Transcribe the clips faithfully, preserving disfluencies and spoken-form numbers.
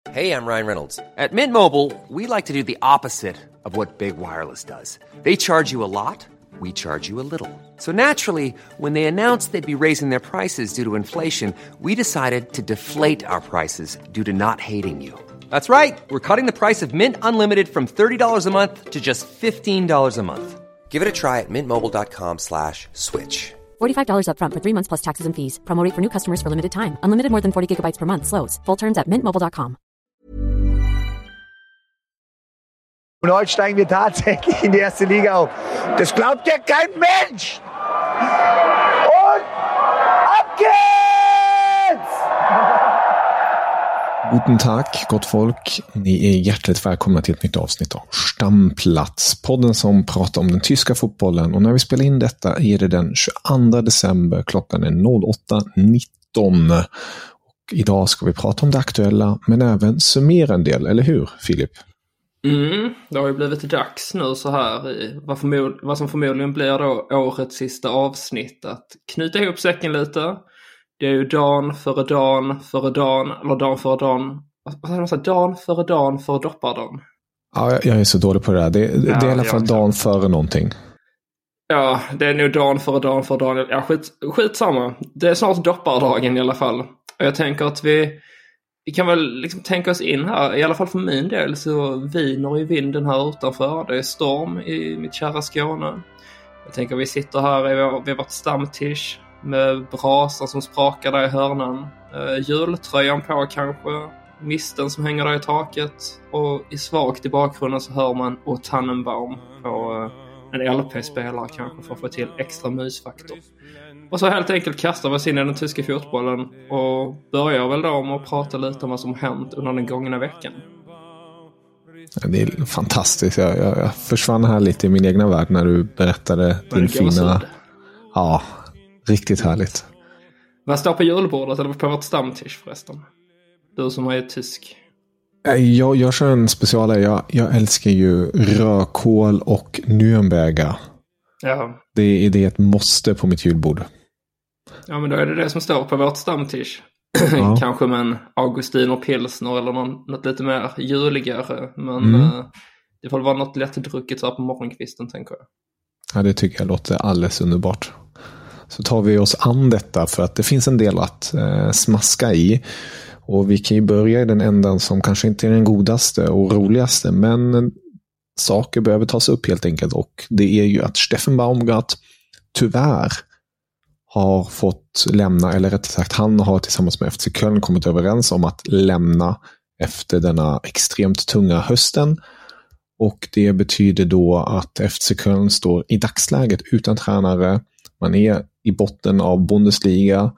Hey, I'm Ryan Reynolds. At Mint Mobile, we like to do the opposite of what Big Wireless does. They charge you a lot, we charge you a little. So naturally, when they announced they'd be raising their prices due to inflation, we decided to deflate our prices due to not hating you. That's right. We're cutting the price of Mint Unlimited from thirty dollars a month to just fifteen dollars a month. Give it a try at mintmobile.com slash switch. forty-five dollars up front for three months plus taxes and fees. Promo rate for new customers for limited time. Unlimited more than forty gigabytes per month. Slows full terms at mint mobile dot com. Und heute steigen wir tatsächlich in die erste Liga auf. Das glaubt ja kein Mensch! Und ab geht's! Guten Tag, gott folk. Ni är hjärtligt välkomna till ett nytt avsnitt av Stamplats. Podden som pratar om den tyska fotbollen. Och när vi spelar in detta är det den tjugoandra december. Klockan är åtta nitton. Och idag ska vi prata om det aktuella, men även summera en del, eller hur, Filip? Mm, det har ju blivit dags nu så här i vad, förmod- vad som förmodligen blir då årets sista avsnitt att knyta ihop säcken lite. Det är ju dagen före dagen före dagen, eller dagen före dagen, vad säger man så här, dagen före dagen före doppardagen. Ja, jag är så dålig på det där. Det, det, ja, det är i alla fall dagen före någonting. Ja, det är nog dagen före dagen före dagen. Ja, skit, skitsamma. Det är snart doppardagen i alla fall. Och jag tänker att vi Vi kan väl liksom tänka oss in här, i alla fall för min del så viner ju vinden här utanför. Det är storm i mitt kära Skåne. Jag tänker vi sitter här vid vårt stamtisch med brasan som sprakar där i hörnan. Uh, jultröjan på kanske, misten som hänger där i taket. Och i svagt i bakgrunden så hör man O Tannenbaum på uh, en L P-spelare kanske för att få till extra mysfaktor. Och så helt enkelt kastar vi oss in i den tyska fotbollen och börjar väl då med att prata lite om vad som hänt under den gångna veckan. Det är fantastiskt. Jag, jag, jag försvann här lite i min egna värld när du berättade din fina... Ja, riktigt härligt. Vad står på julbordet eller på vårt stamtisch förresten? Du som är tysk. Jag, jag kör en specialare. Jag, jag älskar ju rödkål och Nürnberger. Ja. Det är det ett måste på mitt julbord. Ja, men då är det det som står på vårt stamtisch. Ja. Kanske med en Augustiner pilsner eller någon, något lite mer juligare. Men mm. eh, det får vara något lättdrucket så här på morgonkvisten, tänker jag. Ja, det tycker jag låter alldeles underbart. Så tar vi oss an detta för att det finns en del att eh, smaska i. Och vi kan ju börja i den ändan som kanske inte är den godaste och roligaste, men saker behöver tas upp helt enkelt. Och det är ju att Steffen Baumgart tyvärr har fått lämna, eller rättare sagt han har tillsammans med F C Köln kommit överens om att lämna efter denna extremt tunga hösten. Och det betyder då att F C Köln står i dagsläget utan tränare. Man är i botten av Bundesliga.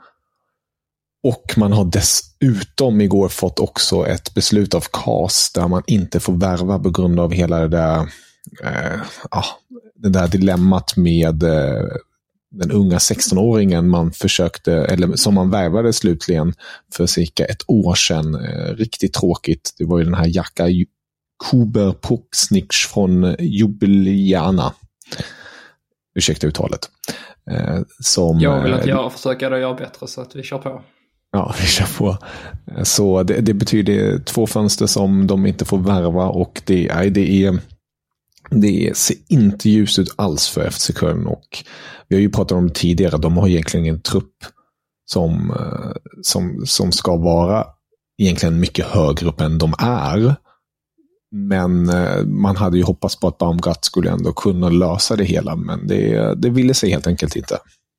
Och man har dessutom igår fått också ett beslut av K A S där man inte får värva på grund av hela det där, eh, ah, det där dilemmat med eh, den unga sexton-åringen man försökte, eller som man värvade slutligen för cirka ett år sedan. Eh, riktigt tråkigt. Det var ju den här Jaka Kuber Puksnitsch från Ljubljana. Ursäkta uttalet. Eh, som, jag vill att jag försöker göra bättre så att vi kör på. Ja, vi kör på. Så det, det betyder två fönster som de inte får värva och det är, det är det ser inte ljust ut alls för F C Köln och vi har ju pratat om det tidigare, de har egentligen en trupp som, som, som ska vara egentligen mycket högre upp än de är. Men man hade ju hoppats på att Baumgart skulle ändå kunna lösa det hela, men det, det ville sig helt enkelt inte.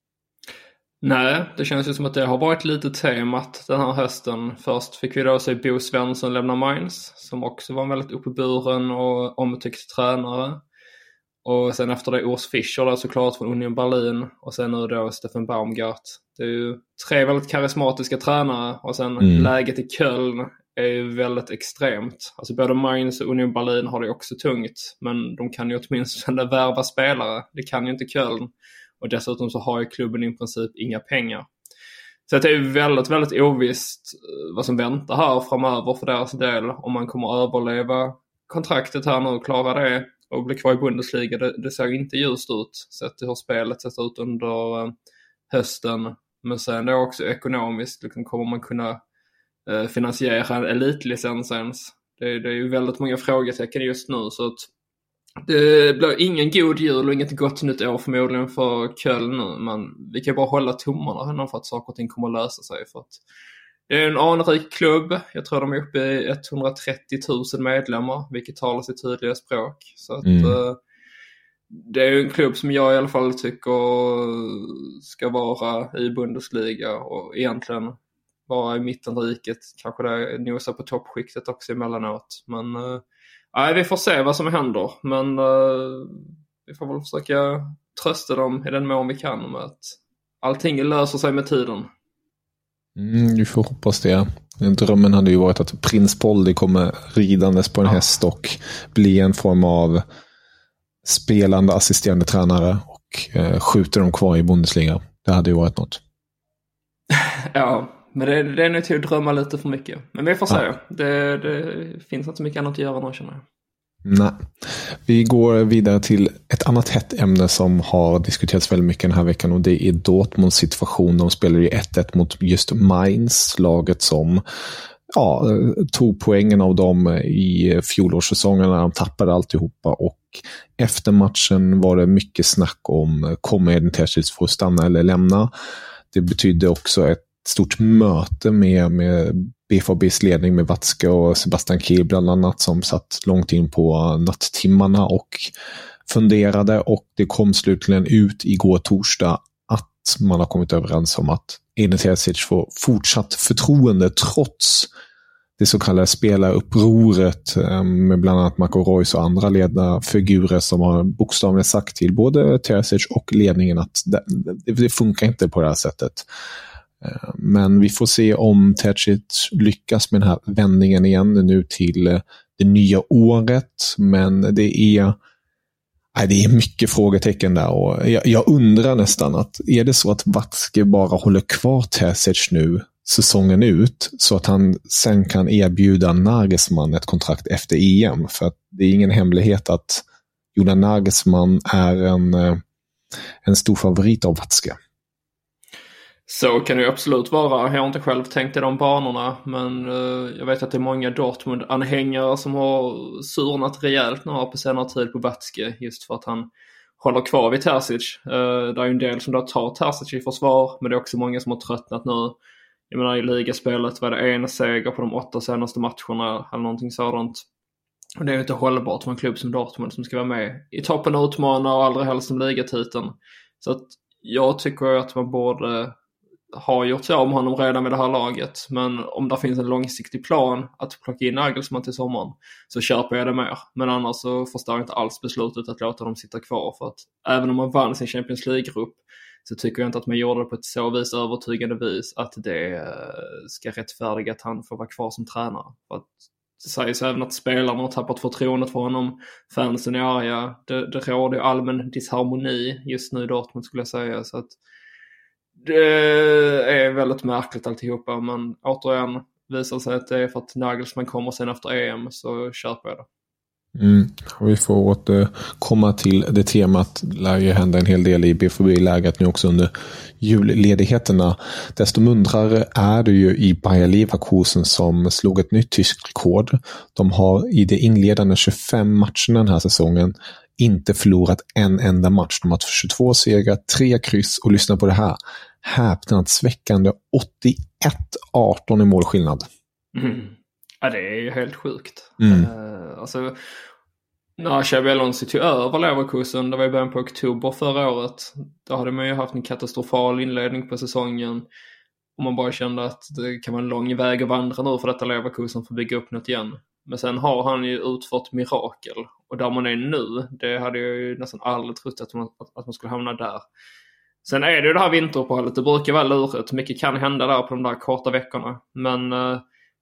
Nej, det känns ju som att det har varit lite temat den här hösten. Först fick vi då se Bo Svensson lämna Mainz, som också var en väldigt uppburen och omtyckt tränare. Och sen efter det Urs Fischer då, såklart från Union Berlin. Och sen nu då Steffen Baumgart. Det är ju tre väldigt karismatiska tränare. Och sen mm. läget i Köln är ju väldigt extremt. Alltså både Mainz och Union Berlin har det också tungt. Men de kan ju åtminstone värva spelare. Det kan ju inte Köln. Och dessutom så har ju klubben i princip inga pengar. Så det är väldigt, väldigt ovisst vad som väntar här framöver för deras del. Om man kommer att överleva kontraktet här nu och klara det och bli kvar i Bundesliga. Det, det ser inte ljust ut sett till hur spelet ser ut under hösten. Men sen då också ekonomiskt liksom, kommer man kunna eh, finansiera en elitlicens ens. Det, det är ju väldigt många frågetecken just nu, så att det blir ingen god jul och inget gott nytt år förmodligen för Köln nu, men vi kan bara hålla tummarna för att saker och ting kommer att lösa sig, för att det är en anrik klubb. Jag tror de är uppe i etthundratrettio tusen medlemmar, vilket talar sitt tydliga språk. Så att mm. eh, det är ju en klubb som jag i alla fall tycker ska vara i Bundesliga och egentligen vara i mittenriket. Kanske det nosar på toppskiktet också emellanåt. Men eh, nej, vi får se vad som händer. Men eh, vi får väl försöka trösta dem i den mån vi kan med att allting löser sig med tiden. Mm, vi får hoppas det. Drömmen hade ju varit att prins Poldi kommer ridandes på en ja. häst och bli en form av spelande assisterande tränare och eh, skjuter dem kvar i Bundesliga. Det hade ju varit något. Ja, men det, det är nog till att drömma lite för mycket. Men vi får se. Ja. Det, det finns inte så mycket annat att göra nu, känner jag. Nej. Vi går vidare till ett annat hett ämne som har diskuterats väldigt mycket den här veckan, och det är Dortmunds situation. De spelar ju ett ett mot just Mainz, laget som ja, tog poängen av dem i fjolårssäsongen när de tappade alltihopa, och efter matchen var det mycket snack om kommer Edin Terzic få stanna eller lämna. Det betydde också ett stort möte med, med B V B:s ledning, med Watzke och Sebastian Kehl bland annat, som satt långt in på natttimmarna och funderade, och det kom slutligen ut igår torsdag att man har kommit överens om att Edin Terzic får fortsatt förtroende trots det så kallade spelarupproret med bland annat Marco Reus och andra ledarfigurer som har bokstavligt sagt till både Terzic och ledningen att det, det funkar inte på det här sättet. Men vi får se om Terzic lyckas med den här vändningen igen nu till det nya året. Men det är, nej, det är mycket frågetecken där, och jag, jag undrar nästan att är det så att Watzke bara håller kvar Terzic nu säsongen ut så att han sen kan erbjuda Nagelsmann ett kontrakt efter E M, för att det är ingen hemlighet att Julian Nagelsmann är en, en stor favorit av Watzke. Så kan det ju absolut vara. Jag har inte själv tänkt i de banorna, men uh, jag vet att det är många Dortmund-anhängare som har surnat rejält nu på senare tid på Watzke, just för att han håller kvar vid Terzic. Uh, det är ju en del som då tar Terzic i försvar, men det är också många som har tröttnat nu. Jag menar, i ligaspelet var det en seger på de åtta senaste matcherna eller någonting sådant. Och det är ju inte hållbart för en klubb som Dortmund som ska vara med i toppen och utmana, och allra helst som ligatiteln. Så att jag tycker att man borde ha gjort sig om honom redan med det här laget. Men om det finns en långsiktig plan att plocka in Nagelsmann till sommaren, så köper jag det mer. Men annars så förstår jag inte alls beslutet att låta dem sitta kvar. För att även om man vann sin Champions League-grupp, så tycker jag inte att man gjorde det på ett så vis övertygande vis att det ska rättfärdiga att han får vara kvar som tränare. För att det sägs även att spelarna har tappat förtroendet för honom. Fansen är arga. Det, det råder ju allmän disharmoni just nu i Dortmund, skulle jag säga. Så att det är väldigt märkligt alltihopa. Men återigen, visar sig att det är för att Nagelsmann kommer sen efter E M, så köper jag det. Mm. Och vi får återkomma till det temat. Det lär ju hända en hel del i B V B-läget nu också under julledigheterna. Desto muntrare är det ju i Bayer Leverkusen, som slog ett nytt tyskt rekord. De har i de inledande tjugofem matcherna den här säsongen inte förlorat en enda match. De har tjugotvå segrar, tre kryss, och lyssna på det här. Häpnadsväckande åttioett arton i målskillnad. Mm. Ja, det är ju helt sjukt. Mm. Uh, alltså, när Xabi Alonso tog över Leverkusen, det var i början på oktober förra året, då hade man ju haft en katastrofal inledning på säsongen, och man bara kände att det kan vara en lång väg att vandra nu för detta Leverkusen får bygga upp något igen. Men sen har han ju utfört mirakel, och där man är nu, det hade jag ju nästan aldrig trott att man, att man skulle hamna där. Sen är det ju det här vinteruppehållet, det brukar vara lurigt, mycket kan hända där på de där korta veckorna, men uh,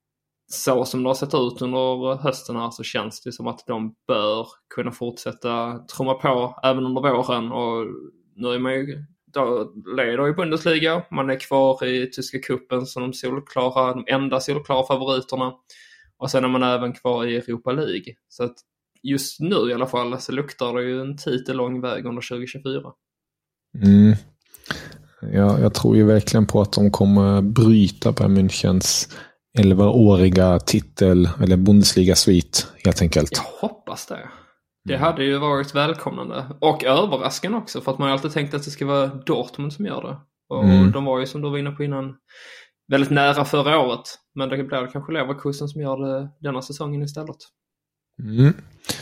så som det har sett ut under hösten här, så känns det som att de bör kunna fortsätta trumma på även under våren. Och nu är man ju då leder i Bundesliga, man är kvar i tyska kuppen som de solklara, de enda solklara favoriterna, och sen är man även kvar i Europa League. Så att just nu i alla fall så luktar det ju en titel lång väg under tjugo tjugofyra. Mm. Ja, jag tror ju verkligen på att de kommer bryta Bayern Münchens elvaåriga titel eller Bundesliga-svit helt enkelt. Jag hoppas det. Det hade ju varit välkomnande. Och överraskande också, för att man har alltid tänkt att det ska vara Dortmund som gör det. Och mm. de var ju, som du var inne på innan, väldigt nära förra året. Men det blir kanske Leverkusen som gör det denna säsongen istället. Mm.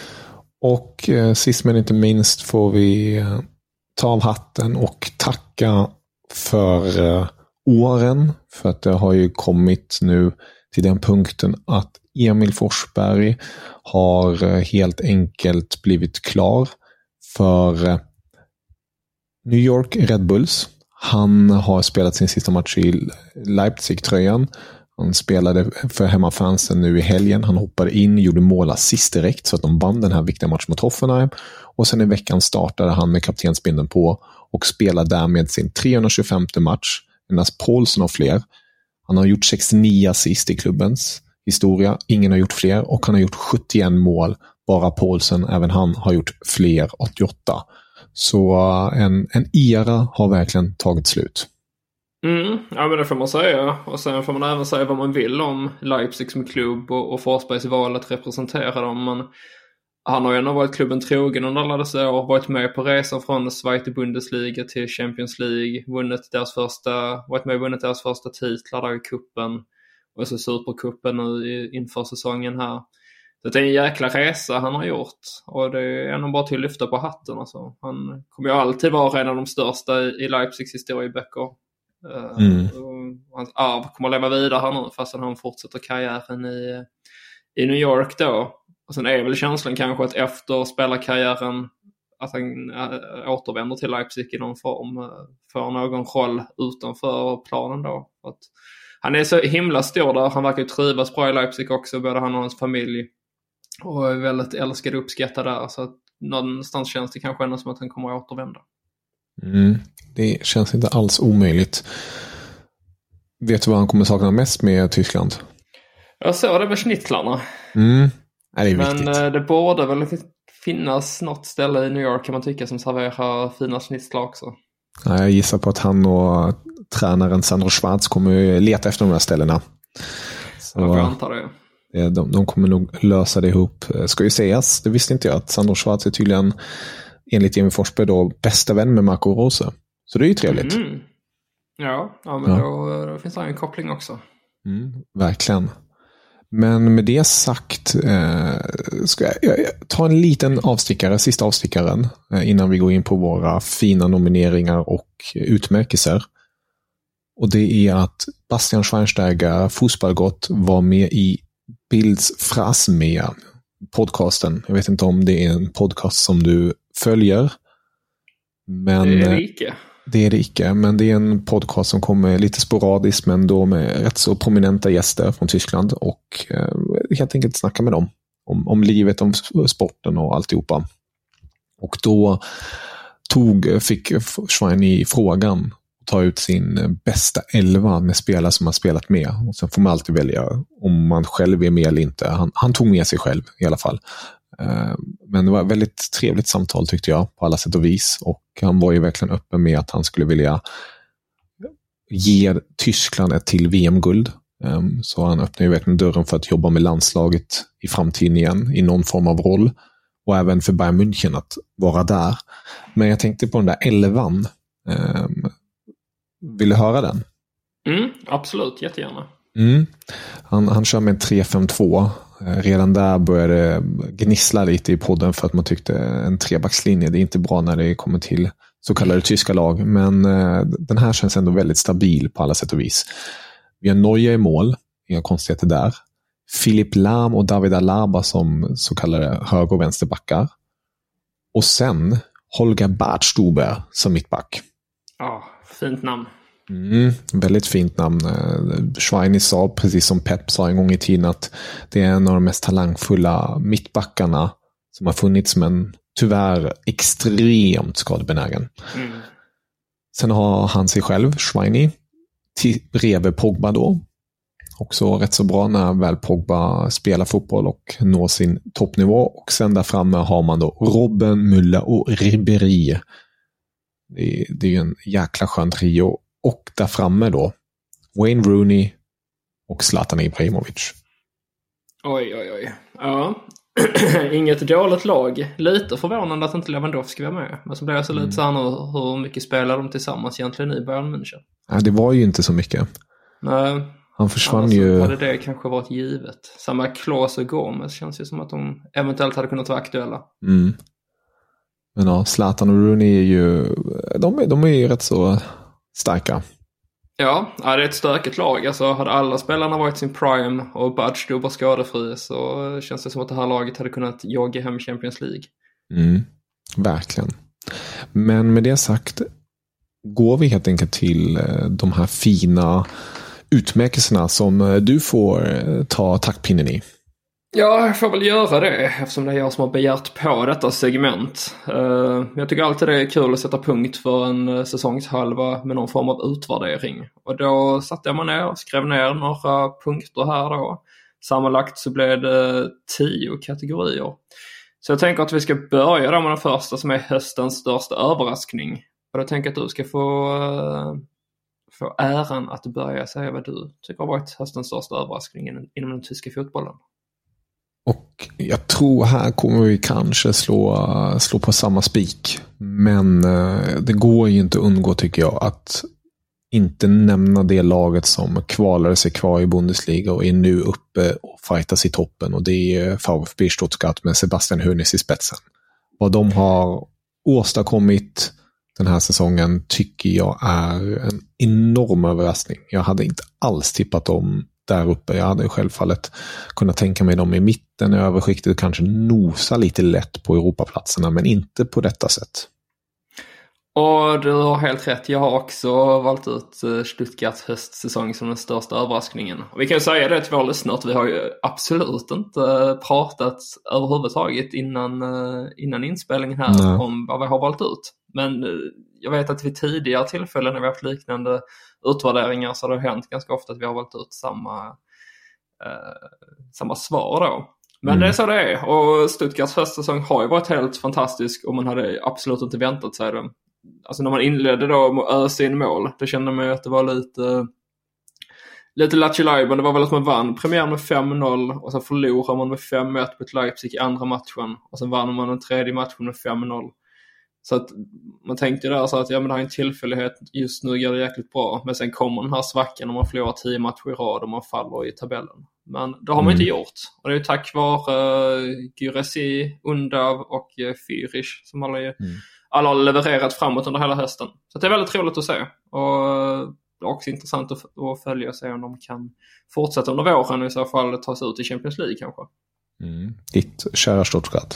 Och eh, sist men inte minst får vi eh, ta av hatten och tacka för eh, åren. För att det har ju kommit nu till den punkten att Emil Forsberg har eh, helt enkelt blivit klar för eh, New York Red Bulls. Han har spelat sin sista match i Leipzig-tröjan. Han spelade för hemmafansen nu i helgen. Han hoppade in, gjorde mål assist direkt så att de vann den här viktiga matchen mot Hoffenheim. Och sen i veckan startade han med kaptensbindeln på och spelade därmed sin trehundratjugofemte match. Endast Paulsen har fler. Han har gjort sextionio assist i klubbens historia. Ingen har gjort fler och han har gjort sjuttioen mål. Bara Paulsen, även han har gjort fler, åttioåtta. Så en, en era har verkligen tagit slut. Mm, ja men det får man säga. Och sen får man även säga vad man vill om Leipzig som klubb och, och Forsbergs val att representera dem. Men han har ju ändå varit klubben trogen under alla dessa år. Varit med på resan från Zweite Bundesliga till Champions League. Vunnit deras första, varit med och vunnit deras första titlar där i kuppen. Och så Supercupen nu inför säsongen här. Så det är en jäkla resa han har gjort. Och det är ändå bara till att lyfta på hatten. Alltså. Han kommer ju alltid vara en av de största i Leipzigs historieböcker. Mm. Och hans arv kommer att leva vidare här nu fast han fortsätter karriären i, i New York då. Och sen är väl känslan kanske att efter spelarkarriären att han äh, återvänder till Leipzig i någon form, äh, får någon roll utanför planen då. Att han är så himla stor där. Han verkar ju trivas bra i Leipzig också, både han och hans familj. Och är väldigt älskad och uppskattad där. Så att någonstans känns det kanske ändå som att han kommer att återvända. Mm, det känns inte alls omöjligt. Vet du vad han kommer sakna mest med Tyskland? Jag såg det med schnittlarna. Mm, det är Men viktigt. det borde väl finnas något ställe i New York kan man tycka som serverar fina schnittlar också. Ja, jag gissar på att han och tränaren Sandro Schwarz kommer leta efter de här ställena. Så jag antar det. De, de kommer nog lösa det ihop. Ska ju sägas, det visste inte jag, att Sandro Schwarz är tydligen enligt Emil Forsberg då bästa vän med Marco Rose. Så det är ju trevligt. Mm. Ja, ja, men ja. Då, då finns det en koppling också. Mm, verkligen. Men med det sagt eh, ska jag, jag, jag ta en liten avstickare, sista avstickaren eh, innan vi går in på våra fina nomineringar och utmärkelser. Och det är att Bastian Schweinsteiger, fotbollsgott, var med i Bilds Frasmea podcasten. Jag vet inte om det är en podcast som du följer. Men det är det icke. Det är det icke, men det är en podcast som kommer lite sporadiskt men då med rätt så prominenta gäster från Tyskland och eh, helt enkelt snacka med dem om, om livet, om sporten och alltihopa. Och då tog, fick Schwein i frågan att ta ut sin bästa elva med spelare som har spelat med. Och sen får man alltid välja om man själv är med eller inte. Han, han tog med sig själv i alla fall. Men det var ett väldigt trevligt samtal tyckte jag på alla sätt och vis, och han var ju verkligen öppen med att han skulle vilja ge Tyskland ett till V M-guld. Så han öppnade ju verkligen dörren för att jobba med landslaget i framtiden igen i någon form av roll, och även för Bayern München att vara där. Men jag tänkte på den där elvan. Vill du höra den? Mm, absolut, jättegärna. Mm. Han, han kör med en tre fem två. Redan där började gnissla lite i podden för att man tyckte en trebackslinje, det är inte bra när det kommer till så kallade tyska lag, men eh, den här känns ändå väldigt stabil på alla sätt och vis. Vi har Neuer i mål, inga konstigheter där. Philipp Lahm och David Alaba som så kallade höger- och vänsterbackar. Och sen Holger Badstuber som mittback. Ja, fint namn. Mm, väldigt fint namn. Schweini sa, precis som Pep sa en gång i tiden, att det är en av de mest talangfulla mittbackarna som har funnits, men tyvärr extremt skadebenägen. Mm. Sen har han sig själv, Schweini, bredvid Pogba då. Också rätt så bra när väl Pogba spelar fotboll och når sin toppnivå. Och sen där framme har man då Robben, Müller och Ribéry. Det är, det är ju en jäkla skön trio. Och där framme då Wayne Rooney och Zlatan Ibrahimovic. Oj, oj, oj. Ja. Inget dåligt lag. Lite förvånande att inte Lewandowski var med. Men så blev jag så mm. lite så här nu, hur mycket spelar de tillsammans egentligen i Bayern München? Ja, det var ju inte så mycket. Nej. Han försvann alltså, ju... hade det kanske varit givet. Samma Klose och Gomez känns ju som att de eventuellt hade kunnat vara aktuella. Mm. Men ja, Zlatan och Rooney är ju... De är, de är ju rätt så starka. Ja, ja, det är ett stökigt lag. Alltså, hade alla spelarna varit sin prime och Budge då var skadefri, så känns det som att det här laget hade kunnat jogga hem Champions League. Mm, verkligen. Men med det sagt går vi helt enkelt till de här fina utmärkelserna som du får ta taktpinnen i. Ja, jag får väl göra det eftersom det är jag som har begärt på detta segment. Uh, jag tycker alltid det är kul att sätta punkt för en uh, säsongshalva med någon form av utvärdering. Och då satte jag mig ner och skrev ner några punkter här då. Sammanlagt så blev det tio kategorier. Så jag tänker att vi ska börja då med den första som är höstens största överraskning. Och då tänker jag att du ska få, uh, få äran att börja säga vad du tycker har varit höstens största överraskning inom den tyska fotbollen. Och jag tror här kommer vi kanske slå, slå på samma spik. Men det går ju inte att undgå, tycker jag, att inte nämna det laget som kvalade sig kvar i Bundesliga och är nu uppe och fightas i toppen. Och det är VfB Stuttgart med Sebastian Hoeneß i spetsen. Vad de har åstadkommit den här säsongen tycker jag är en enorm överraskning. Jag hade inte alls tippat dem där uppe. Jag hade självfallet kunnat tänka mig dem i mitten i överskiktet, kanske nosa lite lätt på Europaplatserna, men inte på detta sätt. Och du har helt rätt. Jag har också valt ut Stuttgarts höstsäsong som den största överraskningen. Och vi kan ju säga det till vår lyssnare att vi har ju absolut inte pratat överhuvudtaget innan, innan inspelningen här Nej. om vad vi har valt ut. Men jag vet att vid tidigare tillfällen när vi har haft liknande utvärderingar så har det hänt ganska ofta att vi har valt ut samma, eh, samma svar då. Men mm. det är så det är. Och Stuttgarts höstsäsong har ju varit helt fantastisk och man hade absolut inte väntat sig det. Alltså när man inledde då med att ösa in mål, då kände man ju att det var lite lite Lattjo-Lajban. Det var väl att man vann premiären med fem noll och sen förlorade man med fem ett mot Leipzig i andra matchen och sen vann man den tredje matchen med fem noll. Så att man tänkte där så att ja, men det här är en tillfällighet, just nu går det jäkligt bra, men sen kommer den här svackan och man förlorar tio matcher i rad och man faller i tabellen. Men det har man mm. inte gjort. Och det är ju tack vare uh, Güresi, Undav och uh, Fürich som alla, mm. alla har levererat framåt under hela hösten. Så det är väldigt roligt att se. Och uh, det är också intressant att, att följa och se om de kan fortsätta under våren och i så fall ta sig ut i Champions League kanske. Mm. Ditt kära Stuttgart.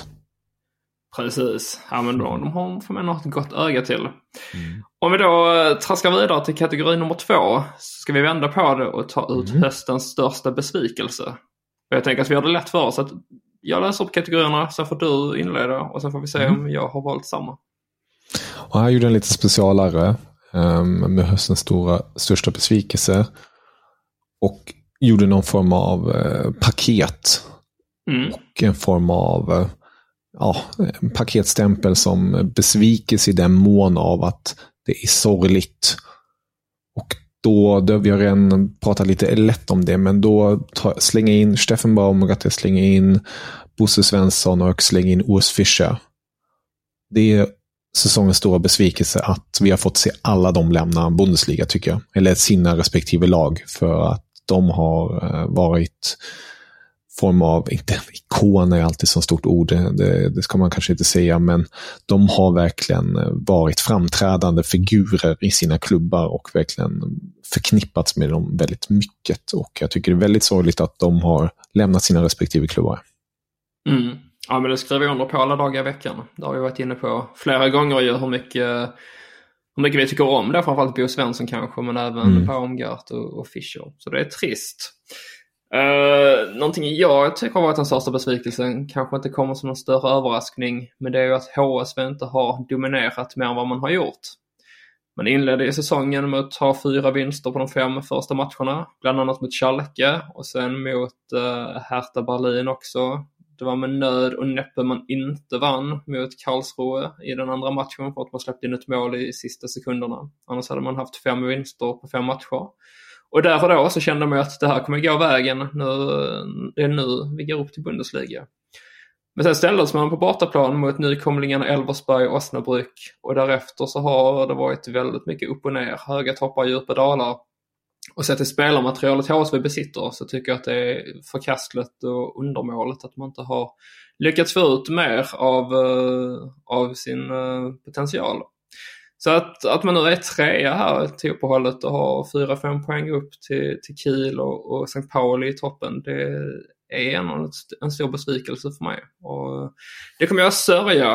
Precis. Ja, men då, de har för mig något gott öga till. Mm. Om vi då äh, traskar vidare till kategori nummer två så ska vi vända på det och ta ut mm. höstens största besvikelse. Och jag tänker att vi gör det lätt för oss att jag läser upp kategorierna, så får du inleda och sen får vi se mm. om jag har valt samma. Och här gjorde en lite specialare um, med höstens stora, största besvikelse och gjorde någon form av uh, paket mm. och en form av uh, ja, en paketstämpel som besvikelse i den mån av att det är sorgligt. Och då, då vi har redan pratat lite lätt om det, men då tar, slänger in Steffen Baumgart, jag slänger in Bosse Svensson och jag slänger in Urs Fischer. Det är säsongens stora besvikelse att vi har fått se alla de lämna Bundesliga, tycker jag. Eller sina respektive lag, för att de har varit form av, inte ikon är alltid så stort ord, det, det ska man kanske inte säga, men de har verkligen varit framträdande figurer i sina klubbar och verkligen förknippats med dem väldigt mycket, och jag tycker det är väldigt sorgligt att de har lämnat sina respektive klubbar. Mm. Ja, men det skriver jag under på alla dagar i veckan. Det har vi varit inne på flera gånger ju, hur mycket hur mycket vi tycker om det, framförallt Bo Svensson kanske, men även mm. Baumgart och, och Fischer. Så det är trist. Uh, någonting jag tycker har varit den största besvikelsen, kanske inte kommer som någon större överraskning, men det är ju att H S V inte har dominerat mer än vad man har gjort. Man inledde i säsongen med att ta fyra vinster på de fem första matcherna, bland annat mot Schalke och sen mot uh, Hertha Berlin också. Det var med nöd och näppe man inte vann mot Karlsruhe i den andra matchen för att man släppte in ett mål i sista sekunderna. Annars hade man haft fem vinster på fem matcher. Och där och då så kände man att det här kommer gå vägen. Nu, det är nu vi går upp till Bundesliga. Men sen ställdes man på bortaplan mot nykomlingarna Elversberg och Osnabrück. Och därefter så har det varit väldigt mycket upp och ner. Höga toppar, djupa dalar. Och sett till spelarmaterialet H S V besitter så tycker jag att det är förkastligt och undermåligt att man inte har lyckats få ut mer av, uh, av sin uh, potential. Så att, att man nu är trea här till uppehållet och har fyra fem poäng upp till, till Kiel och, och Sankt Pauli i toppen, det är en, en stor besvikelse för mig. Och det kommer jag att sörja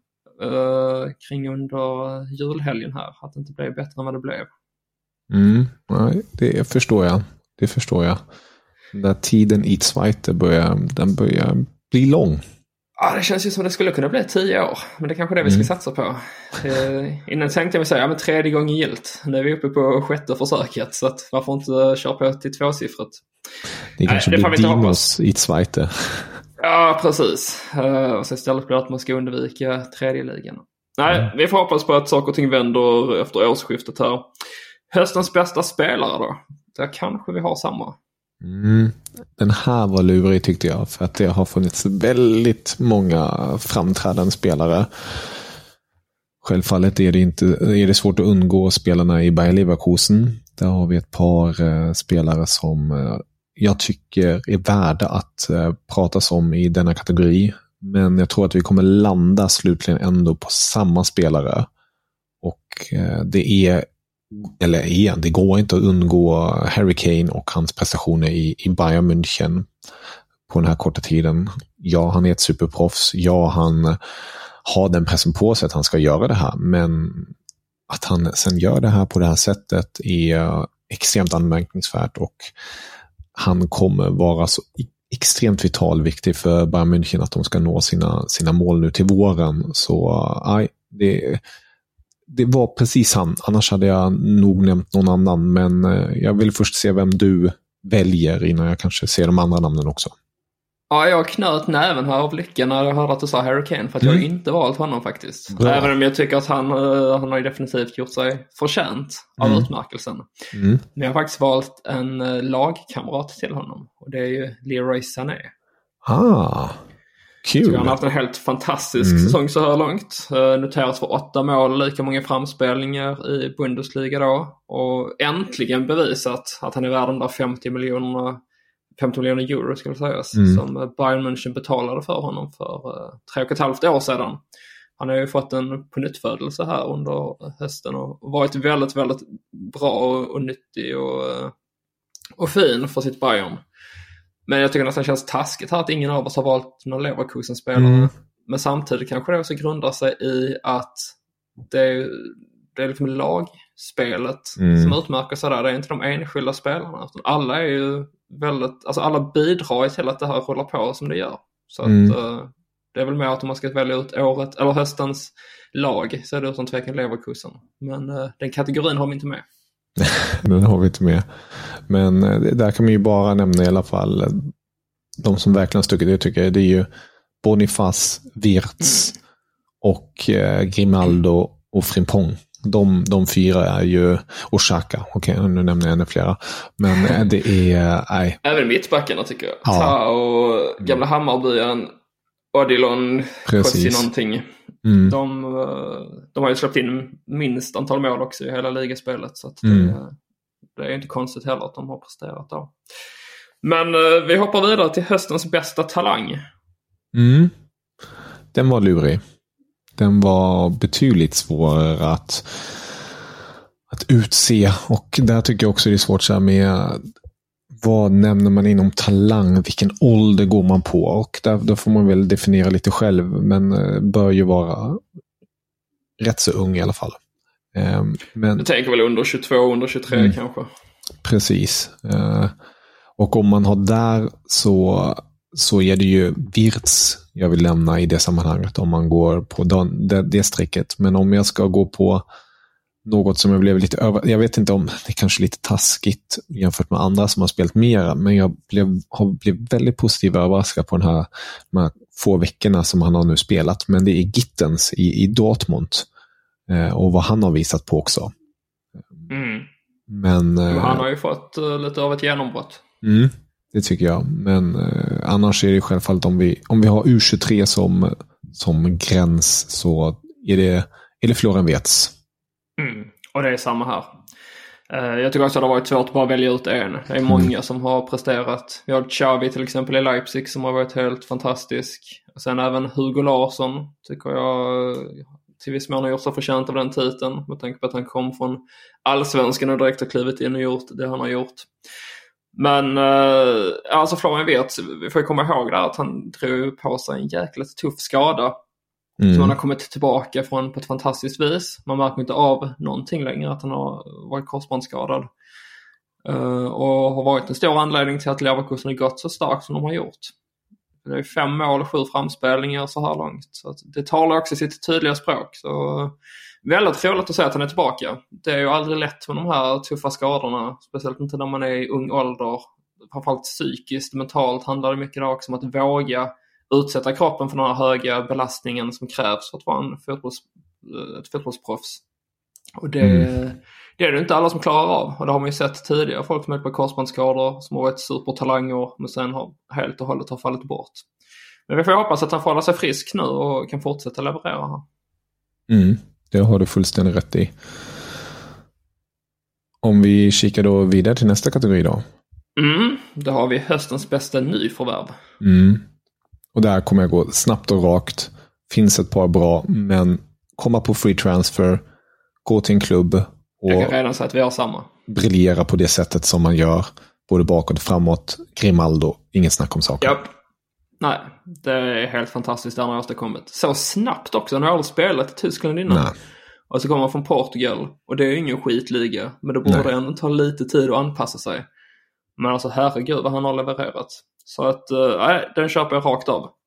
uh, kring under julhelgen här, att det inte blev bättre än vad det blev. Mm, nej, det förstår jag. Det förstår jag. Den där tiden i Zweite börjar, den börjar bli lång. Ja, det känns ju som det skulle kunna bli tio år. Men det är kanske det vi ska mm. satsa på. Eh, innan tänkte jag säga, ja men tredje gången gilt. Nu är vi uppe på sjätte försöket. Så att varför inte köra på till tvåsiffret? Det kanske Nej, det blir Dinos i Zweite. Ja, precis. Uh, och så istället blir det att man ska undvika tredje ligan. Nej, mm. vi får hoppas på att saker och ting vänder efter årsskiftet här. Höstens bästa spelare då? Där kanske vi har samma. Mm. Den här var lurig tyckte jag, för att det har funnits väldigt många framträdande spelare. Självfallet är det, inte, är det svårt att undgå spelarna i Bayer Leverkusen. Där har vi ett par eh, spelare som eh, jag tycker är värda att eh, pratas om i denna kategori. Men jag tror att vi kommer landa slutligen ändå på samma spelare. Och eh, det är eller igen, det går inte att undgå Harry Kane och hans prestationer i, i Bayern München på den här korta tiden. Ja, han är ett superproffs. Ja, han har den pressen på sig att han ska göra det här. Men att han sen gör det här på det här sättet är extremt anmärkningsvärt, och han kommer vara så extremt vital viktig för Bayern München att de ska nå sina, sina mål nu till våren. Så nej, det Det var precis han. Annars hade jag nog nämnt någon annan. Men jag vill först se vem du väljer innan jag kanske ser de andra namnen också. Ja, jag knöt näven här av lyckan när jag hörde att du sa Harry Kane. För att mm. jag har inte valt honom faktiskt. Bra. Även om jag tycker att han, han har ju definitivt gjort sig förtjänt av mm. utmärkelsen. Mm. Men jag har faktiskt valt en lagkamrat till honom. Och det är ju Leroy Sané. Ah, kul. Han har haft en helt fantastisk mm. säsong så här långt. Uh, noterats för åtta mål, lika många framspelningar i Bundesliga då. Och äntligen bevisat att han är värd de där femtio miljoner euro skulle sägas, mm. som Bayern München betalade för honom för uh, tre och ett halvt år sedan. Han har ju fått en pånyttfödelse här under hösten och varit väldigt, väldigt bra och, och nyttig och, uh, och fin för sitt Bayern. Men jag tycker nästan det känns taskigt här att ingen av oss har valt någon Leverkusen-spelare. Mm. Men samtidigt kanske det också grundar sig i att det är, det är liksom lagspelet mm. som utmärker sig där. Det är inte de enskilda spelarna. Utan alla är ju väldigt, alltså alla bidrar till att det här rullar på som det gör. Så mm. att uh, det är väl mer att om man ska välja ut året eller höstens lag så är det utan tvekan Leverkusen. Men uh, den kategorin har vi inte med. Den har vi inte med. Men där kan man ju bara nämna i alla fall de som verkligen stuckit det tycker jag. Det är ju Boniface, Wirtz mm. och eh, Grimaldo och Frimpong. De, de fyra är ju, och Xhaka, okej okay, nu nämner jag ännu flera. Men det är, nej. Även mittbackarna tycker jag. Ja. Ta och gamla Hammarbyen, Odilon, Kossi någonting. Mm. De, de har ju släppt in minst antal mål också i hela ligaspelet. Så att mm. det, det är inte konstigt heller att de har presterat då. Men vi hoppar vidare till höstens bästa talang. Mm. Den var lurig. Den var betydligt svårare att, att utse. Och där tycker jag också det är svårt så här med vad nämner man inom talang, vilken ålder går man på, och där, där får man väl definiera lite själv, men bör ju vara rätt så ung i alla fall. Men, du tänker väl under tjugotvå, under tjugotre mm, kanske? Precis. Och om man har där så, så är det ju Wirtz jag vill lämna i det sammanhanget om man går på det, det strecket. Men om jag ska gå på något som jag blev lite över... Jag vet inte om det är kanske lite taskigt jämfört med andra som har spelat mera, men jag blev, har blivit väldigt positiv överraskad på den här, de här få veckorna som han har nu spelat. Men det är Gittens i, i Dortmund eh, och vad han har visat på också. Mm. Men, han har ju fått uh, lite av ett genombrott. Mm, det tycker jag. Men uh, annars är det självfallet om vi, om vi har U tjugotre som, som gräns så är det, är det Florian Wirtz. Mm. Och det är samma här. Uh, jag tycker också att det har varit svårt att bara välja ut en. Det är många mm. som har presterat. Vi har Xavi till exempel i Leipzig som har varit helt fantastisk. Och sen även Hugo Larsson tycker jag till viss mån har gjort så förtjänt av den titeln. Med tanke på att han kom från Allsvenskan och direkt har klivit in och gjort det han har gjort. Men uh, alltså Florian Wirtz, vi får komma ihåg där att han drog på sig en jäkligt tuff skada. Mm. Så han har kommit tillbaka från på ett fantastiskt vis. Man märker inte av någonting längre att han har varit korsbandsskadad. Uh, och har varit en stor anledning till att Leverkusen har gått så starkt som de har gjort. Det är fem mål och sju framspelningar så här långt. Så att det talar också sitt tydliga språk. Så väldigt roligt att säga att han är tillbaka. Det är ju aldrig lätt med de här tuffa skadorna. Speciellt inte när man är i ung ålder. Framförallt psykiskt, mentalt handlar det mycket också om att våga utsätta kroppen för den här höga belastningen som krävs för att vara en fotbolls, ett fotbollsproffs. Och det, mm. det är det inte alla som klarar av. Och det har man ju sett tidigare. Folk som är på korsbandsskador som har varit supertalanger men sen har helt och hållet har fallit bort. Men vi får hoppas att han får hålla sig frisk nu och kan fortsätta leverera här. Mm, det har du fullständigt rätt i. Om vi kikar då vidare till nästa kategori då. Mm, då har vi höstens bästa nyförvärv. Mm. Och där kommer jag gå snabbt och rakt. Finns ett par bra, men komma på free transfer, gå till en klubb och jag kan redan säga att vi har samma. Briljera på det sättet som man gör. Både bakåt och framåt. Grimaldo, ingen snack om saker. Japp. Nej, det är helt fantastiskt där när jag har kommit. Så snabbt också, när jag har spelat i Tyskland innan. Nej. Och så kommer man från Portugal. Och det är ju ingen skitliga. Men det borde ändå ta lite tid att anpassa sig. Men alltså herregud vad han har levererat. Så att, nej, äh, den köper jag rakt av.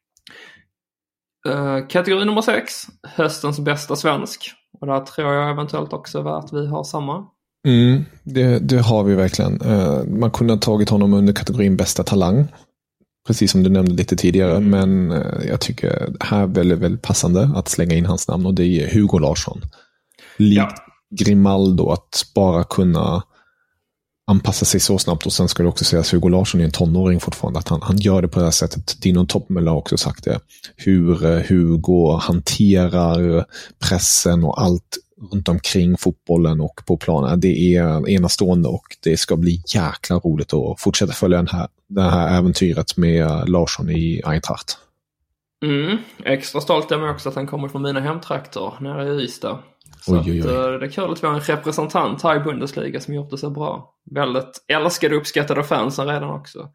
Uh, kategori nummer sex. Höstens bästa svensk. Och där tror jag eventuellt också att vi har samma. Mm, det, det har vi verkligen. Uh, man kunde ha tagit honom under kategorin bästa talang. Precis som du nämnde lite tidigare. Mm. Men uh, jag tycker här är väldigt, väldigt passande att slänga in hans namn. Och det är Hugo Larsson. Likt ja. Grimaldo, att bara kunna anpassa sig så snabbt. Och sen ska det också säga att Hugo Larsson är en tonåring fortfarande. Att han, han gör det på det här sättet. Dino Toppmöller har också sagt det. Hur Hugo hanterar pressen och allt runt omkring fotbollen och på planen. Det är enastående och det ska bli jäkla roligt att fortsätta följa den här, det här äventyret med Larsson i Eintracht. Mm, extra stolt är jag också att han kommer från mina hemtrakter nere i Ystad. Så oj, oj, oj. Att, det är kul att vi har en representant här i Bundesliga som gjort det så bra. Väldigt älskade och uppskattade fansen redan också.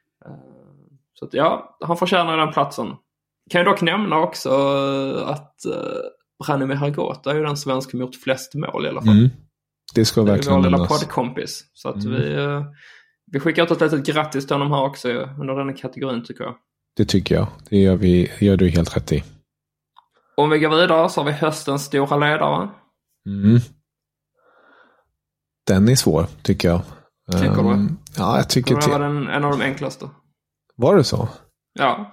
Så att ja, han förtjänar den platsen. Kan jag dock nämna också att Branimir Hrgota är ju den svensk som gjort flest mål i alla fall. Mm. Det ska det verkligen vara vår lilla poddkompis. Så att mm. vi, vi skickar ut ett litet grattis till honom här också under den kategorin tycker jag. Det tycker jag. Det gör, vi, gör du helt rätt i. Om vi går vidare så har vi höstens stora ledare. Mm. Den är svår, tycker jag. Tycker um, du? Ja, jag tycker... Det var den, en av de enklaste. Var det så? Ja.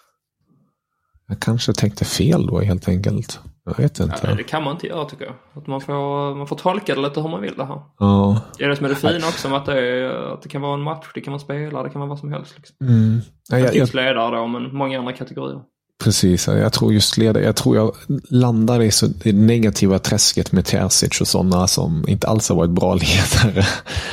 Jag kanske tänkte fel då, helt enkelt. Jag vet inte. Ja, det kan man inte göra, tycker jag. Att man får, man får tolka det lite hur man vill det här. Ja. Det är det som är det fina också, att det, är, att det kan vara en match, det kan man spela, det kan vara vad som helst. Liksom. Mm. Ja, jag, jag, ledare då, men många andra kategorier. Precis, jag tror just ledare, jag tror jag landar i så det negativa träsket med Terzic och sådana som inte alls har varit bra ledare.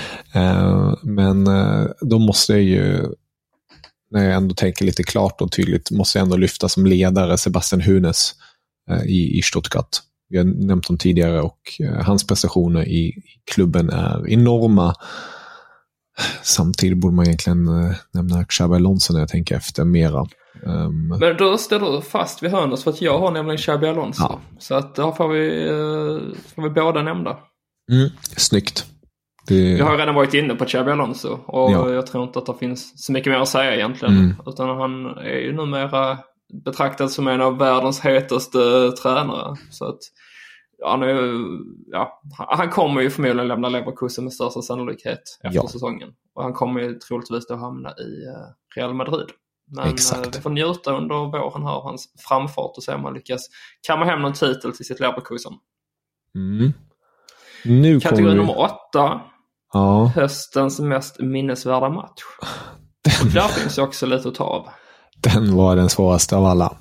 Men då måste jag ju, när jag ändå tänker lite klart och tydligt, måste jag ändå lyfta som ledare Sebastian Hoeneß i, i Stuttgart. Vi har nämnt dem tidigare och hans prestationer i, i klubben är enorma. Samtidigt borde man egentligen nämna Xabi Alonso när jag tänker efter mera. Um, Men då ställer du fast vid Hoeneß för att jag har nämligen Xabi Alonso. Ja. Så att då får vi, får vi båda nämnda. Mm, snyggt. Det... Vi har redan varit inne på Xabi Alonso och ja. Jag tror inte att det finns så mycket mer att säga egentligen. Mm. Utan han är ju numera betraktad som en av världens hetaste tränare. Så att han, är, ja, han kommer ju förmodligen lämna Leverkusen med största sannolikhet efter ja. säsongen. Och han kommer ju troligtvis att hamna i Real Madrid. Men Exakt. vi får njuta under våren här av hans framfart och se om man lyckas kamma hem någon titel till sitt Leverkusen. Mm. Nu Kategori vi... nummer åtta. Ja. Höstens mest minnesvärda match. Den... Där finns ju också lite att ta av. Den var den svåraste av alla.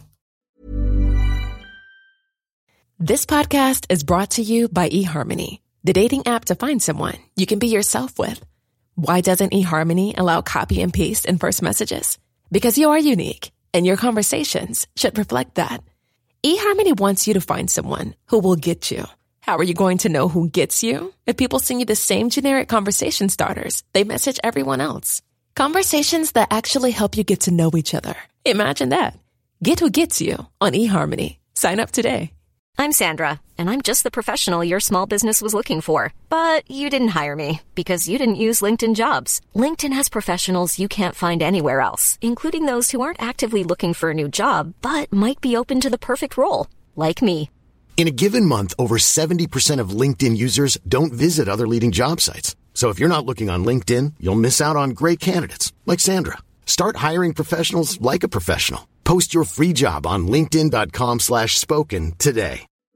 This podcast is brought to you by eHarmony, the dating app to find someone you can be yourself with. Why doesn't eHarmony allow copy and paste in first messages? Because you are unique, and your conversations should reflect that. eHarmony wants you to find someone who will get you. How are you going to know who gets you? If people send you the same generic conversation starters they message everyone else. Conversations that actually help you get to know each other. Imagine that. Get who gets you on eHarmony. Sign up today. I'm Sandra, and I'm just the professional your small business was looking for. But you didn't hire me because you didn't use LinkedIn Jobs. LinkedIn has professionals you can't find anywhere else, including those who aren't actively looking for a new job, but might be open to the perfect role, like me. In a given month, over seventy percent of LinkedIn users don't visit other leading job sites. So if you're not looking on LinkedIn, you'll miss out on great candidates, like Sandra. Start hiring professionals like a professional. Post your free job on linkedin dot com slash spoken today.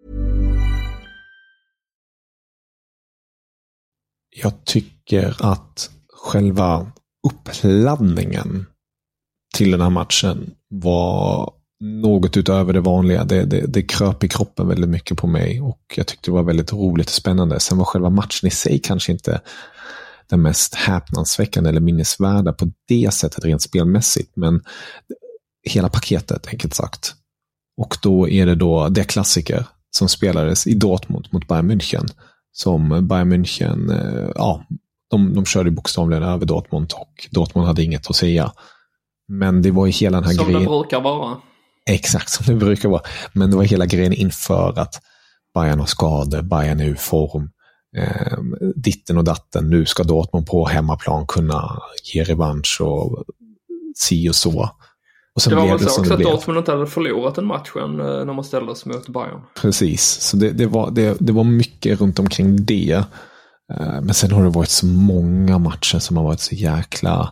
Jag tycker att själva uppladdningen till den här matchen var något utöver det vanliga. Det, det, det kröp i kroppen väldigt mycket på mig och jag tyckte det var väldigt roligt och spännande. Sen var själva matchen i sig kanske inte den mest häpnadsväckande eller minnesvärda på det sättet rent spelmässigt, men hela paketet, enkelt sagt. Och då är det då det klassiker som spelades i Dortmund mot Bayern München, som Bayern München, ja, de, de körde bokstavligen över Dortmund och Dortmund hade inget att säga. Men det var ju hela den här som grejen. Som det brukar vara. Exakt, som det brukar vara. Men det var hela grejen inför att Bayern har skador, Bayern är ur form. Eh, ditten och datten, nu ska Dortmund på hemmaplan kunna ge revansch och si och så. Och sen det var blev väl det så också det att blev. Dortmund inte hade förlorat den matchen när man ställdes mot Bayern. Precis, så det, det, var, det, det var mycket runt omkring det. Eh, men sen har det varit så många matcher som har varit så jäkla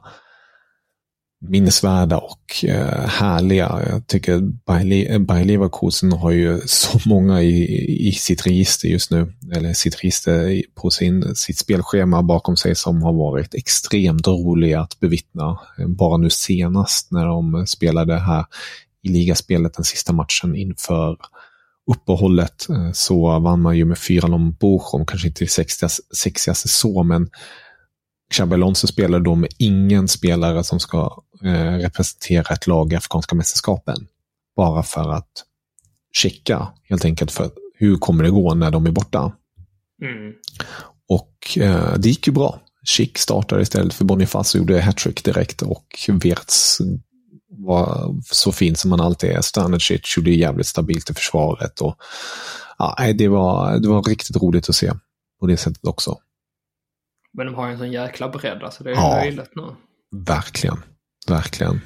minnesvärda och eh, härliga. Jag tycker Bayer Leverkusen har ju så många i, i sitt register just nu, eller sitt register på sin, sitt spelschema bakom sig som har varit extremt roliga att bevittna. Bara nu senast när de spelade här i ligaspelet den sista matchen inför uppehållet så vann man ju med fyra noll Bochum, kanske inte sexigaste så, men Xabi Alonso spelar då med ingen spelare som ska eh, representera ett lag i afrikanska mästerskapen. Bara för att checka helt enkelt för hur kommer det gå när de är borta. Mm. Och eh, det gick ju bra. Schick startade istället för Boniface och gjorde hattrick direkt och Wirtz var så fin som man alltid är. Stanisic gjorde jävligt stabilt i försvaret och ja, det var, det var riktigt roligt att se på det sättet också. Men de har ju en sån jäkla bredd, alltså det är ja, möjligt nu. Verkligen, verkligen.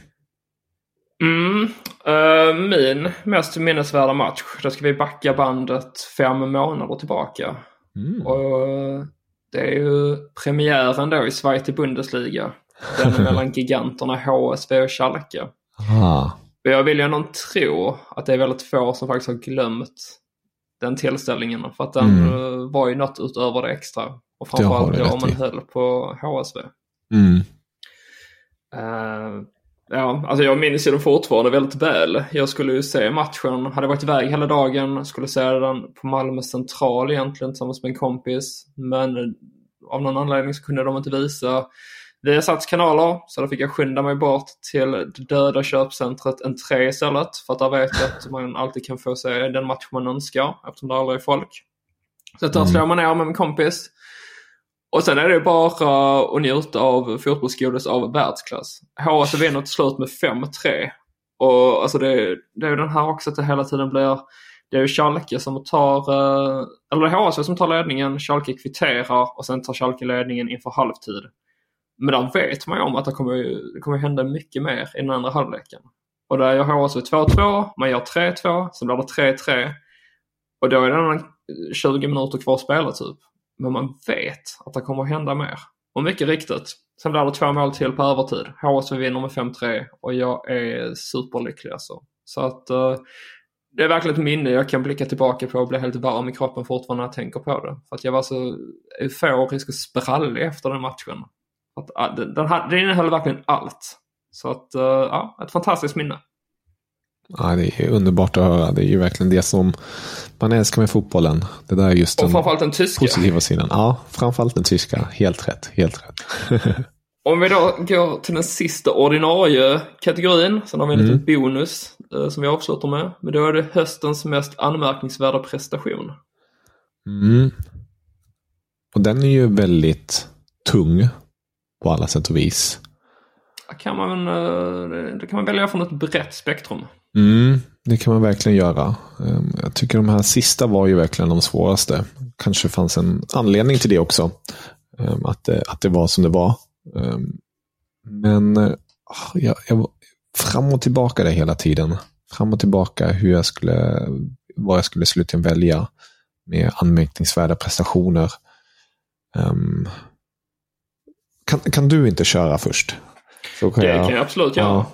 Mm, uh, min mest minnesvärda match, då ska vi backa bandet fem månader tillbaka. Mm. Och det är ju premiären då i Zweite Bundesliga. Den mellan giganterna H S V och Schalke. Ah. Jag vill ju någon tro att det är väldigt få som faktiskt har glömt den tillställningen. För att den mm. var ju något utöver det extra. Och framförallt då om man höll på H S V. Mm. Uh, ja, alltså jag minns ju den fortfarande väldigt väl. Jag skulle ju se matchen, hade varit iväg hela dagen, skulle se den på Malmö central egentligen tillsammans med en kompis. Men av någon anledning så kunde de inte visa Viasats kanaler, så då fick jag skynda mig bort till det döda köpcentret Entré istället. För att där vet jag att man alltid kan få se den match man önskar, eftersom det aldrig är folk. Så där slår man ner med min kompis. Och sen är det bara att njuta av fotbollsgodis av världsklass. H S V vinner till slut med fem tre. Och alltså det, det är ju den här också att det hela tiden blir... Det är ju Schalke som tar... Eller det är H S V som tar ledningen, Schalke kvitterar och sen tar Schalke ledningen inför halvtid. Men där vet man ju om att det kommer, det kommer hända mycket mer i den andra halvleken. Och där gör H S V två två, man gör tre två, sen blir det tre tre. Och då är det tjugo minuter kvar att spela typ. Men man vet att det kommer att hända mer. Och mycket riktigt. Sen blir det två mål till på övertid. H S V vinner med fem tre och jag är superlycklig alltså. Så att uh, Det är verkligen ett minne jag kan blicka tillbaka på och bli helt varm i kroppen fortfarande när jag tänker på det. För att jag var så euforisk och sprallig efter den matchen. Att, den, den, den innehöll verkligen allt. Så att, uh, ja, ett fantastiskt minne. Ja, det är underbart att höra. Det är ju verkligen det som man älskar med fotbollen. Det där är just och framförallt den tyska. Positiva sidan. Ja, framförallt den tyska. Helt rätt, helt rätt. Om vi då går till den sista ordinarie kategorin, så har vi en mm. liten bonus eh, som vi avslutar med. Men då är det höstens mest anmärkningsvärda prestation. Mm. Och den är ju väldigt tung på alla sätt och vis. Kan man, det kan man välja från ett brett spektrum. Mm, det kan man verkligen göra. Jag tycker de här sista var ju verkligen de svåraste. Kanske fanns en anledning till det också. Att det, att det var som det var. Men jag, jag fram och tillbaka det hela tiden. Fram och tillbaka hur jag skulle, vad jag skulle slutligen välja med anmärkningsvärda prestationer. Kan, kan du inte köra först? Så kan det jag, kan jag absolut göra. Ja.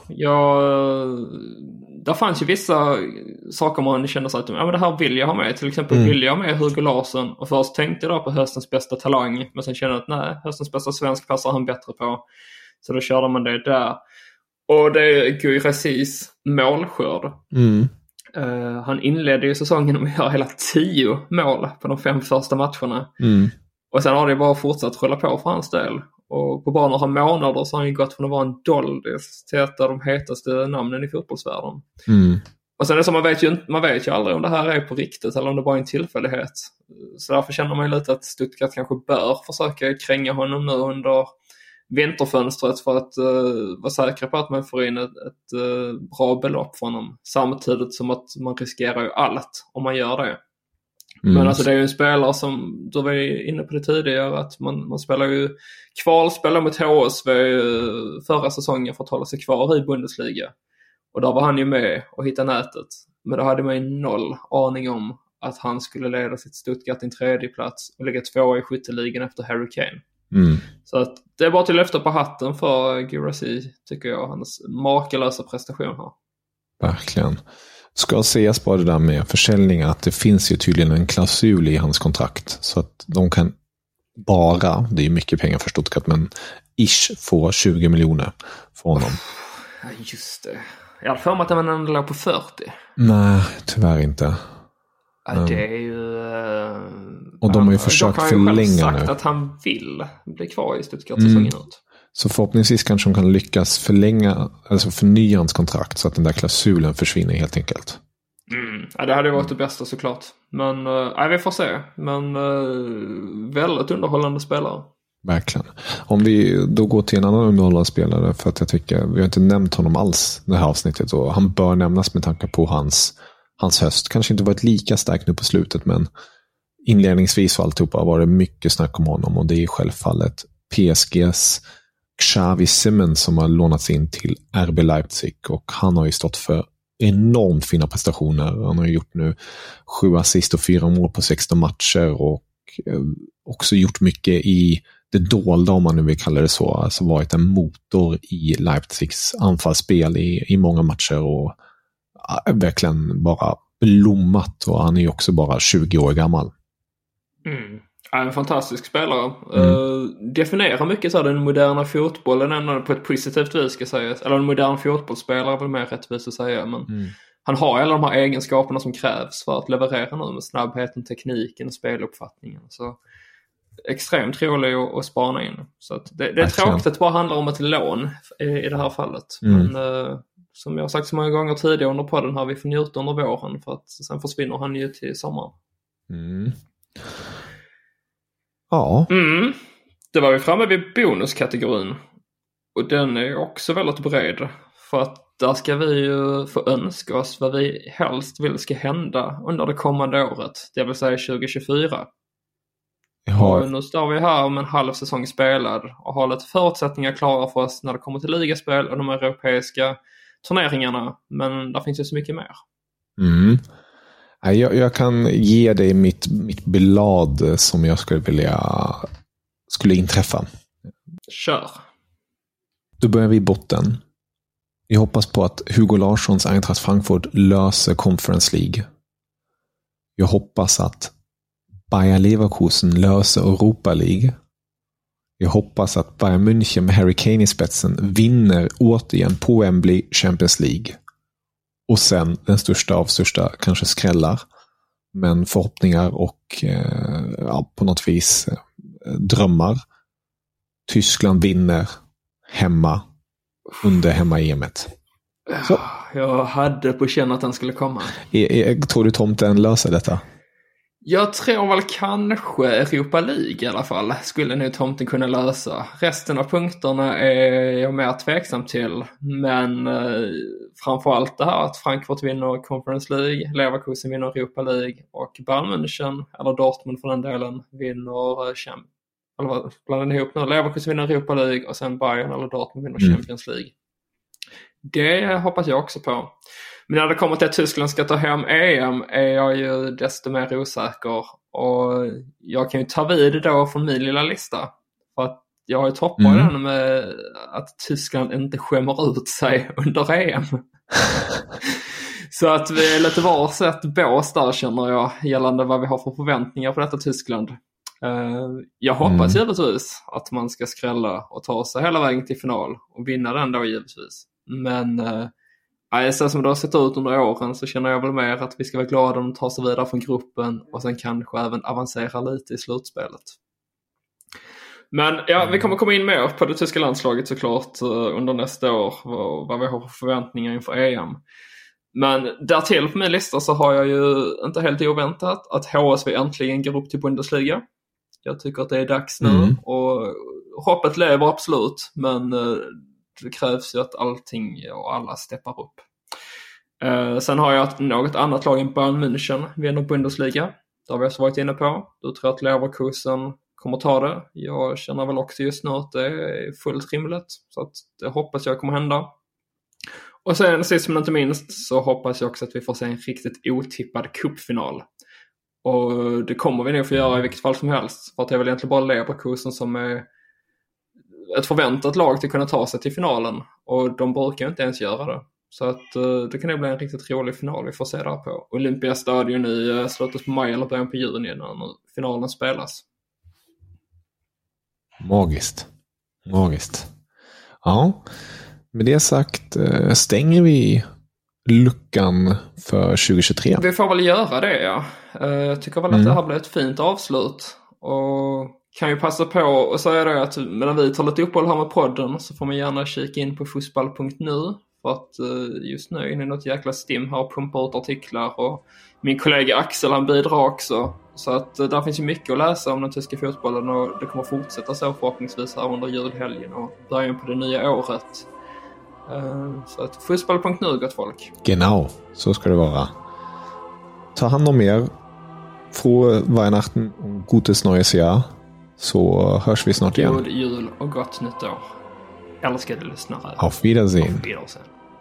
Jag, där fanns ju vissa saker man kände sig att ja, men det här vill jag ha med. Till exempel mm. vill jag ha med Hugo Larsson. Och först tänkte jag då på höstens bästa talang. Men sen kände jag att nej, höstens bästa svensk passar han bättre på. Så då körde man det där. Och det är Guy Recis målskörd. Mm. Uh, han inledde ju säsongen med att göra hela tio mål på de fem första matcherna. Mm. Och sen har det bara fortsatt rulla på för hans del. Och på bara några månader så har han ju gått från att vara en doldis till ett av de hetaste namnen i fotbollsvärlden. Mm. Och sen är det så man vet ju man vet ju aldrig om det här är på riktigt eller om det bara är en tillfällighet. Så därför känner man ju lite att Stuttgart kanske bör försöka kränga honom nu under vinterfönstret för att uh, vara säker på att man får in ett, ett uh, bra belopp från honom. Samtidigt som att man riskerar ju allt om man gör det. Mm. Men alltså det är ju en spelare som, du var ju inne på det tidigare, att man, man spelar ju kvalspelare mot H S V förra säsongen för att hålla sig kvar i Bundesliga. Och där var han ju med och hitta nätet. Men då hade man ju noll aning om att han skulle leda sitt Stuttgart till en tredje plats och lägga två i skytteligan efter Harry Kane. Mm. Så att det är bara till lyfta på hatten för Guirassy, tycker jag. Hans makalösa prestation här. Verkligen. Ska sägas på det där med försäljningar att det finns ju tydligen en klausul i hans kontrakt så att de kan bara, det är ju mycket pengar för Stuttgart, men ish få tjugo miljoner från honom. Ja, just det. Jag hade för mig att den ändå låg på fyrtio. Nej, tyvärr inte. Ja, det är ju... Uh, och de har ju försökt förlänga nu. De har ju sagt att han vill bli kvar i Stuttgart säsongen mm. ut. Så förhoppningsvis kanske de kan lyckas förlänga, alltså förnya hans kontrakt så att den där klausulen försvinner helt enkelt. Mm. Ja, det hade varit det bästa såklart. Men uh, vi får se. Men uh, väldigt underhållande spelare. Verkligen. Om vi då går till en annan underhållande spelare, för att jag tycker, vi har inte nämnt honom alls det här avsnittet, och han bör nämnas med tanke på hans, hans höst. Kanske inte varit lika stark nu på slutet, men inledningsvis och alltihopa var det mycket snack om honom, och det är självfallet P S G:s Xavi Simons som har lånats in till R B Leipzig, och han har ju stått för enormt fina prestationer. Han har gjort nu sju assist och fyra mål på sexton matcher, och också gjort mycket i det dolda, om man nu vill kalla det så. Alltså varit en motor i Leipzigs anfallsspel i, i många matcher, och verkligen bara blommat, och han är ju också bara tjugo år gammal. Mm. En fantastisk spelare. Mm. Uh, definierar mycket så här den moderna fotbollen ändå på ett positivt vis, ska sägas. Eller en modern fotbollsspelare är väl mer rättvist att säga. Men mm. han har alla de här egenskaperna som krävs för att leverera nu, med snabbheten, tekniken och speluppfattningen. Så extremt rolig att, att spana in. Så att det, det är tråkigt att det bara handlar om ett lån i, i det här fallet. Mm. Men uh, som jag har sagt så många gånger tidigare under podden, har vi får njuta under våren, för att sen försvinner han ju till sommaren. Mm. Ja. Mm. Det var vi framme vid bonuskategorin. Och den är också väldigt bred. För att där ska vi ju få önska oss vad vi helst vill ska hända under det kommande året. Det vill säga tjugo tjugofyra. Har... Och nu står vi här om en halv säsong spelad och har lite förutsättningar klara för oss när det kommer till ligaspel och de europeiska turneringarna. Men där finns ju så mycket mer. Mm. Jag, jag kan ge dig mitt, mitt blad som jag skulle vilja skulle inträffa. Kör. Då börjar vi i botten. Jag hoppas på att Hugo Larssons Eintracht Frankfurt löser Conference League. Jag hoppas att Bayer Leverkusen löser Europa League. Jag hoppas att Bayern München med Harry Kane i spetsen vinner återigen på Wembley Champions League. Och sen den största av största kanske skrällar. Men förhoppningar och eh, ja, på något vis eh, drömmar. Tyskland vinner hemma under hemma-E M-et. Så. Jag hade på känn att den skulle komma. E- e- tror du Tomten löser detta? Jag tror väl kanske Europa League i alla fall skulle nu Tomten kunna lösa. Resten av punkterna är jag mer tveksam till. Men eh, framförallt det här att Frankfurt vinner Conference League, Leverkusen vinner Europa League och Bayern München, eller Dortmund för den delen, vinner eh, Champions. Eller vad blandar ihop nu? Leverkusen vinner Europa League och sen Bayern eller Dortmund vinner mm. Champions League. Det hoppas jag också på. Men när det kommer till att Tyskland ska ta hem E M är jag ju desto mer osäker. Och jag kan ju ta vid då från min lilla lista. För att jag har ju toppat mm. den med att Tyskland inte skämmer ut sig under E M. Så att vi är lite varsitt bås där, känner jag, gällande vad vi har för förväntningar på detta Tyskland. Uh, jag hoppas mm. givetvis att man ska skrälla och ta sig hela vägen till final och vinna den då givetvis. Men uh, så som det har sett ut under åren så känner jag väl mer att vi ska vara glada om de tar sig vidare från gruppen och sen kanske även avancera lite i slutspelet. Men ja, vi kommer komma in mer på det tyska landslaget såklart uh, under nästa år och vad vi har för förväntningar inför E M. Men därtill på min lista så har jag ju inte helt oväntat att H S V äntligen går upp till Bundesliga. Jag tycker att det är dags nu mm. och hoppet lever absolut, men det krävs ju att allting och alla steppar upp. Eh, sen har jag något annat lag än Bayern München vinner Bundesliga. Det har vi också varit inne på. Du tror att Leverkusen kommer ta det. Jag känner väl också just nu att det är fullt rimligt. Så att det hoppas jag kommer hända. Och sen sist men inte minst så hoppas jag också att vi får se en riktigt otippad cupfinal. Och det kommer vi nog få göra i vilket fall som helst. För att det är väl egentligen bara Leverkusen som är ett förväntat lag till att kunna ta sig till finalen. Och de brukar ju inte ens göra det. Så att uh, det kan nog bli en riktigt rolig final vi får se där på Olympiastadion i uh, slutet på maj eller början på juni när finalen spelas. Magiskt. Magiskt. Ja, med det sagt uh, stänger vi luckan för tjugohundratjugotre. Vi får väl göra det, ja. Uh, jag tycker väl mm. att det här blir ett fint avslut. Och kan ju passa på och säga det att medan vi tar lite uppehåll här med podden så får man gärna kika in på fotboll punkt nu. För att just nu är det något jäkla stim här och pumpar ut artiklar. Och min kollega Axel han bidrar också. Så att där finns ju mycket att läsa om den tyska fotbollen. Och det kommer fortsätta så förhoppningsvis här under julhelgen och början på det nya året. Så att fotboll punkt nu, gott folk. Genau, så ska det vara. Ta hand om er. Frohe Weihnachten och gutes neues Jahr. Så hörs vi snart igen. God jul och gott nytt år. Älskade lyssnare. Auf Wiedersehen. Auf Wiedersehen.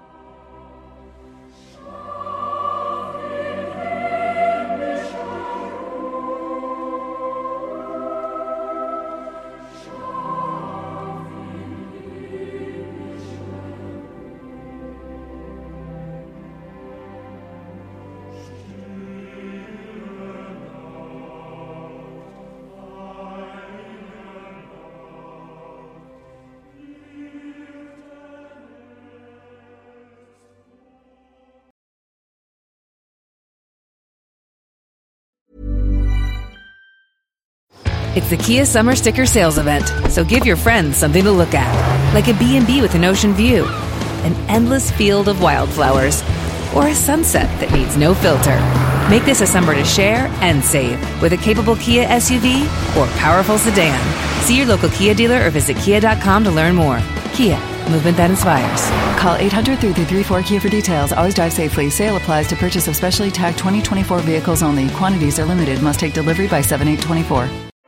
It's the Kia Summer Sticker Sales Event, so give your friends something to look at, like a B and B with an ocean view, an endless field of wildflowers, or a sunset that needs no filter. Make this a summer to share and save with a capable Kia S U V or powerful sedan. See your local Kia dealer or visit kia dot com to learn more. Kia, movement that inspires. Call eight hundred, three three three, four Kia for details. Always drive safely. Sale applies to purchase of specially tagged twenty twenty-four vehicles only. Quantities are limited. Must take delivery by seven eight twenty-four.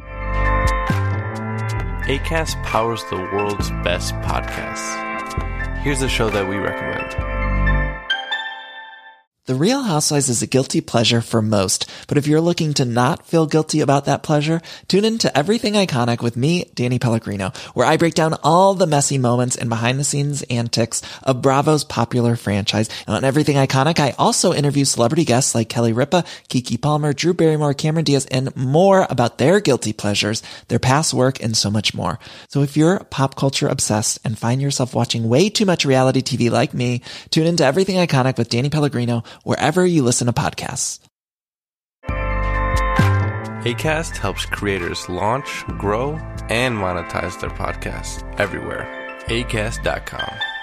Acast powers the world's best podcasts. Here's a show that we recommend. The Real Housewives is a guilty pleasure for most, but if you're looking to not feel guilty about that pleasure, tune in to Everything Iconic with me, Danny Pellegrino, where I break down all the messy moments and behind-the-scenes antics of Bravo's popular franchise. And on Everything Iconic, I also interview celebrity guests like Kelly Ripa, Keke Palmer, Drew Barrymore, Cameron Diaz, and more about their guilty pleasures, their past work, and so much more. So if you're pop culture obsessed and find yourself watching way too much reality T V like me, tune in to Everything Iconic with Danny Pellegrino, wherever you listen to podcasts. Acast helps creators launch, grow, and monetize their podcasts everywhere. acast dot com.